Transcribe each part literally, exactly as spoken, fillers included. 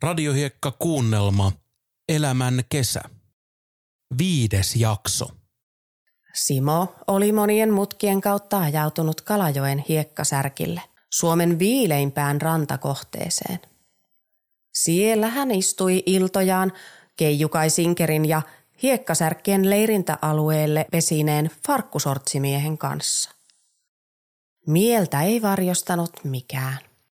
Radiohiekka-kuunnelma Elämän kesä. Viides jakso. Simo oli monien mutkien kautta ajautunut Kalajoen hiekkasärkille, Suomen viileimpään rantakohteeseen. Siellä hän istui iltojaan Keijukai-Sinkerin ja hiekkasärkkien leirintäalueelle vesineen farkkusortsimiehen kanssa. Mieltä ei varjostanut mikään.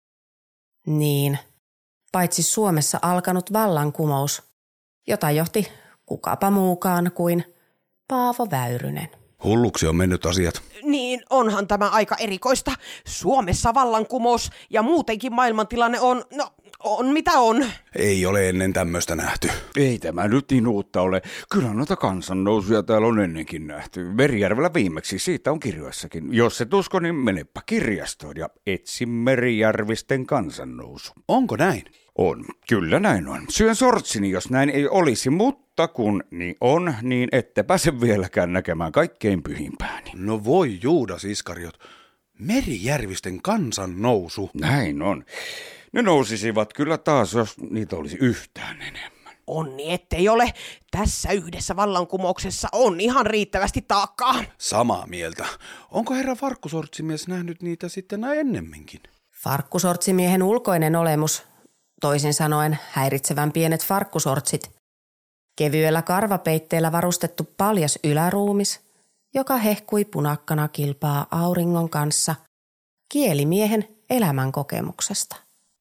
Niin, paitsi Suomessa alkanut vallankumous, jota johti kukapa muukaan kuin Paavo Väyrynen. Hulluksi on mennyt asiat. Niin, onhan tämä aika erikoista. Suomessa vallankumous ja muutenkin maailmantilanne on, no, on mitä on. Ei ole ennen tämmöistä nähty. Ei tämä nyt niin uutta ole. Kyllä noita kansannousuja täällä on ennenkin nähty. Merijärvellä viimeksi, siitä on kirjoissakin. Jos et usko, niin menepä kirjastoon ja etsi Merijärvisten kansannousu. Onko näin? On, kyllä näin on. Syön sortsini, jos näin ei olisi, mutta kun niin on, niin ette pääse vieläkään näkemään kaikkein pyhimpääni. No voi Juudas Iskariot, Merijärvisten kansannousu. Näin on. Ne nousisivat kyllä taas, jos niitä olisi yhtään enemmän. Onni ettei ole. Tässä yhdessä vallankumouksessa on ihan riittävästi taakkaa. Samaa mieltä. Onko herra farkkusortsimies nähnyt niitä sitten ennemminkin? Farkkusortsimiehen ulkoinen olemus, toisin sanoen häiritsevän pienet farkkusortsit, kevyellä karvapeitteellä varustettu paljas yläruumis, joka hehkui punakkana kilpaa auringon kanssa, kielimiehen elämänkokemuksesta.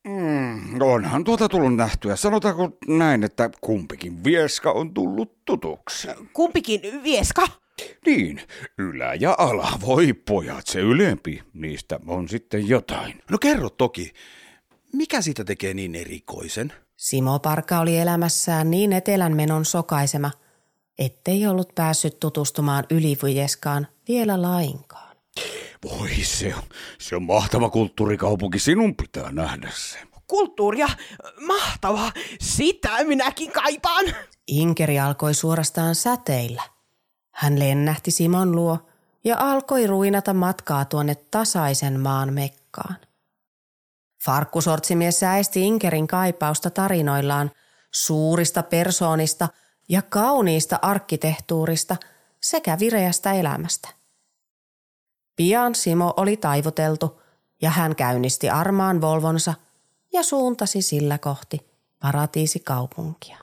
Mm, onhan tuota tullut nähtyä. Sanotaanko näin, että kumpikin vieska on tullut tutuksi. Kumpikin vieska? Niin, ylä ja ala. Voi pojat, se ylempi. Niistä on sitten jotain. No kerro toki. Mikä siitä tekee niin erikoisen? Simo Parka oli elämässään niin etelänmenon sokaisema, ettei ollut päässyt tutustumaan Ylivieskaan vielä lainkaan. Voi se on, se on mahtava kulttuurikaupunki, sinun pitää nähdä se. Kulttuuria? Mahtavaa, sitä minäkin kaipaan. Inkeri alkoi suorastaan säteillä. Hän lennähti Simon luo ja alkoi ruinata matkaa tuonne tasaisen maan Mekkaan. Farkkusortsimies säesti Inkerin kaipausta tarinoillaan suurista persoonista ja kauniista arkkitehtuurista sekä vireästä elämästä. Pian Simo oli taivuteltu ja hän käynnisti armaan Volvonsa ja suuntasi sillä kohti paratiisikaupunkia.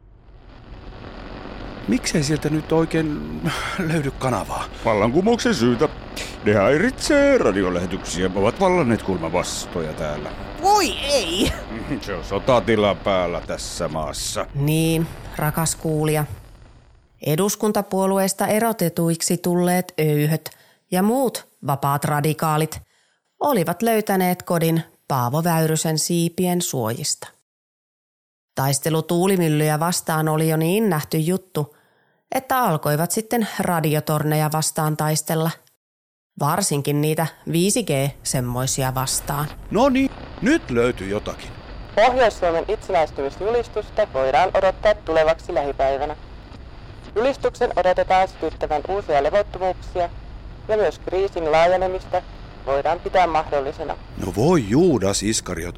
Miksei sieltä nyt oikein löydy kanavaa? Vallankumouksen syytä. Ne häiritsee radiolähetyksiä. Ovat vallanneet kulmavastoja täällä. Voi ei! Se on sotatila päällä tässä maassa. Niin, rakas kuulija. Eduskuntapuolueesta erotetuiksi tulleet öyhöt ja muut vapaat radikaalit olivat löytäneet kodin Paavo Väyrysen siipien suojista. Taistelu tuulimyllyjä vastaan oli jo niin nähty juttu, että alkoivat sitten radiotorneja vastaan taistella. Varsinkin niitä viisi G-semmoisia vastaan. No niin, nyt löytyy jotakin. Pohjois-Suomen itsenäistymisjulistusta voidaan odottaa tulevaksi lähipäivänä. Julistuksen odotetaan sytyttävän uusia levottomuuksia ja myös kriisin laajenemista voidaan pitää mahdollisena. No voi Juudas Iskariot,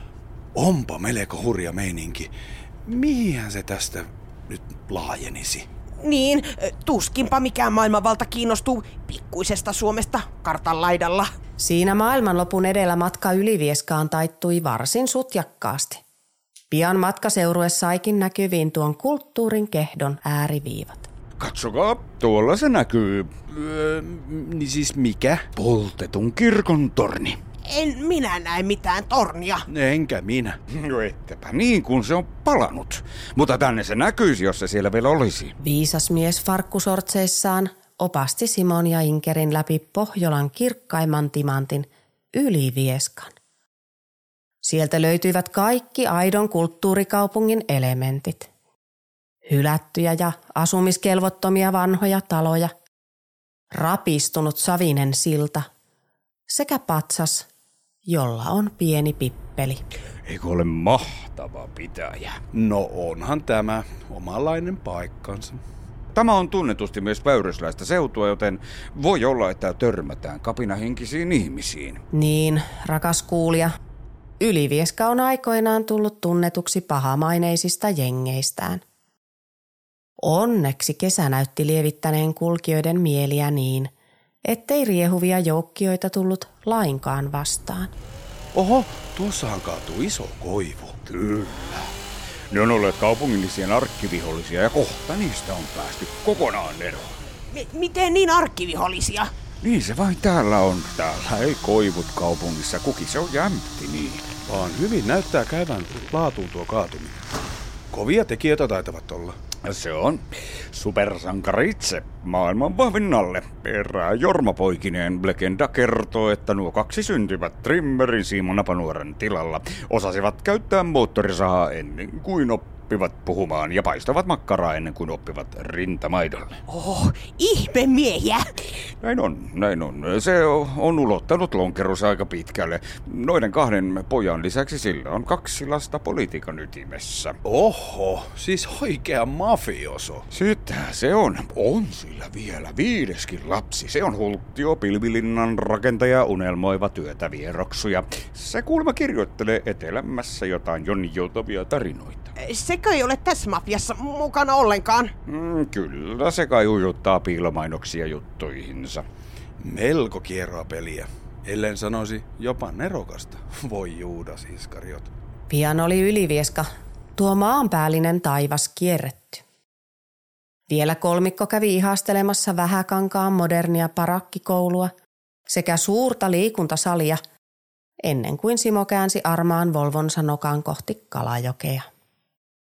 onpa melko hurja meininki. Mihinhän se tästä nyt laajenisi? Niin, tuskinpa mikään maailmanvalta kiinnostuu pikkuisesta Suomesta kartan laidalla. Siinä maailmanlopun edellä matka Ylivieskaan taittui varsin sutjakkaasti. Pian matkaseurue saikin näkyviin tuon kulttuurin kehdon ääriviivat. Katsokaa, tuolla se näkyy. Öö, niin siis mikä? Poltetun kirkon torni. En minä näe mitään tornia. Enkä minä. No ettepä niin, kun se on palanut. Mutta tänne se näkyisi, jos se siellä vielä olisi. Viisas mies farkkusortseissaan opasti Simon ja Inkerin läpi Pohjolan kirkkaimman timantin Ylivieskan. Sieltä löytyivät kaikki aidon kulttuurikaupungin elementit. Hylättyjä ja asumiskelvottomia vanhoja taloja, rapistunut savinen silta sekä patsas, jolla on pieni pippeli. Eikö ole mahtava pitäjä? No onhan tämä omanlainen paikkansa. Tämä on tunnetusti myös väyrysläistä seutua, joten voi olla, että törmätään kapinahenkisiin ihmisiin. Niin, rakas kuulija. Ylivieska on aikoinaan tullut tunnetuksi pahamaineisista jengeistään. Onneksi kesä näytti lievittäneen kulkijoiden mieliä niin, ettei riehuvia joukkioita tullut lainkaan vastaan. Oho, tuossahan kaatuu iso koivu. Kyllä. Ne on olleet kaupunginlisien arkkivihollisia ja kohta niistä on päästy kokonaan eroon. M- miten niin arkkivihollisia? Niin se vain täällä on. Täällä ei koivut kaupungissa. Kuki se on jämpti niin. Vaan hyvin näyttää käyvän laatuun tuo kaatuminen. Kovia tekijöitä taitavat olla. Se on supersankari itse, maailman vahvin nalle. Erää Jorma-poikineen legenda kertoo, että nuo kaksi syntyvät Trimmerin Simon Napanuoren tilalla osasivat käyttää moottorisahaa ennen kuin oppivat puhumaan ja paistavat makkaraa ennen kuin oppivat rintamaidolle. Oh, ihme miehiä! Näin on, näin on. Se on ulottanut lonkeronsa aika pitkälle. Noiden kahden pojan lisäksi sillä on kaksi lasta politiikan ytimessä. Oho, siis oikea mafioso. Sitä se on. On sillä vielä viideskin lapsi. Se on Hulttio, pilvilinnan rakentaja, unelmoiva työtä vieroksuja. Se kuulemma kirjoittelee etelämässä jotain jonninjoutavia tarinoita. Sekö ei ole tässä mafiassa mukana ollenkaan? Mm, kyllä, se kai ujuttaa piilomainoksia juttuihinsa. Melko kieroa peliä. Ellen sanoisi jopa nerokasta. Voi Juudas Iskariot. Pian oli Ylivieska, tuo maanpäällinen taivas kierretty. Vielä kolmikko kävi ihastelemassa Vähäkankaan modernia parakkikoulua sekä suurta liikuntasalia, ennen kuin Simo käänsi armaan Volvonsa nokan kohti Kalajokea.